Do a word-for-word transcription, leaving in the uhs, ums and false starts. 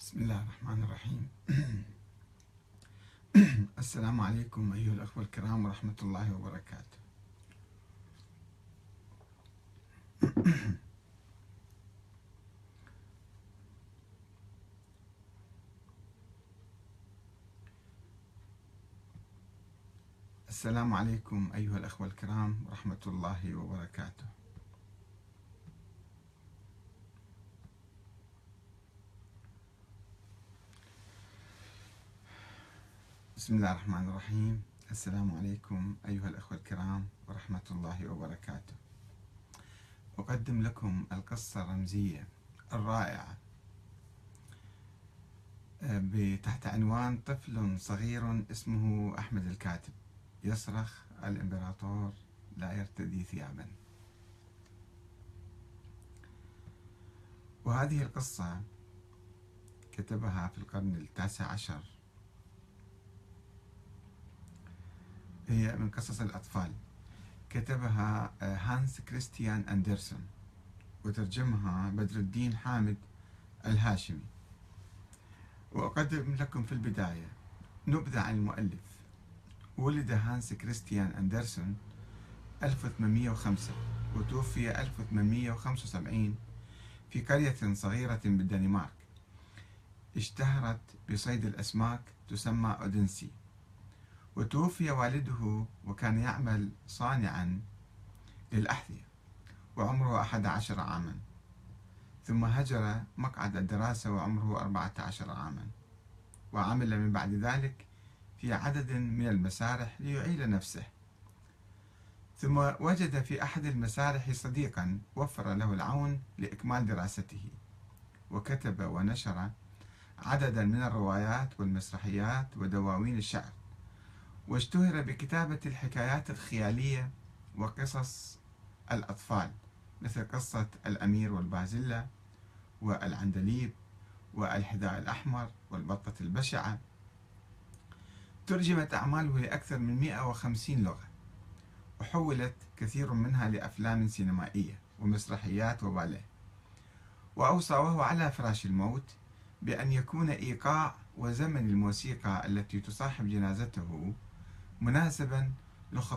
بسم الله الرحمن الرحيم. السلام عليكم أيها الأخوة الكرام ورحمة الله وبركاته. السلام عليكم أيها الأخوة الكرام ورحمة الله وبركاته. بسم الله الرحمن الرحيم. السلام عليكم أيها الأخوة الكرام ورحمة الله وبركاته. أقدم لكم القصة الرمزية الرائعة تحت عنوان طفل صغير اسمه أحمد الكاتب يصرخ الإمبراطور لا يرتدي ثيابا. وهذه القصة كتبها في القرن التاسع عشر، هي من قصص الأطفال، كتبها هانس كريستيان أندرسون وترجمها بدر الدين حامد الهاشمي. وأقدم لكم في البداية نبذة عن المؤلف. ولد هانس كريستيان أندرسون ألف وثمانمئة وخمسة وتوفي ألف وثمانمئة وخمسة وسبعين في قرية صغيرة بالدنمارك اشتهرت بصيد الأسماك تسمى أودنسي. وتوفي والده وكان يعمل صانعا للأحذية وعمره أحد عشر عاما، ثم هجر مقعد الدراسة وعمره أربعة عشر عاما، وعمل من بعد ذلك في عدد من المسارح ليعيل نفسه. ثم وجد في أحد المسارح صديقا وفر له العون لإكمال دراسته، وكتب ونشر عددا من الروايات والمسرحيات ودواوين الشعر، واشتهر بكتابة الحكايات الخيالية وقصص الأطفال مثل قصة الأمير والبازلة والعندليب والحذاء الأحمر والبطة البشعة. ترجمت أعماله لأكثر من مئة وخمسين لغة، وحولت كثير منها لأفلام سينمائية ومسرحيات وباليه. وأوصى وهو على فراش الموت بأن يكون إيقاع وزمن الموسيقى التي تصاحب جنازته مناسبا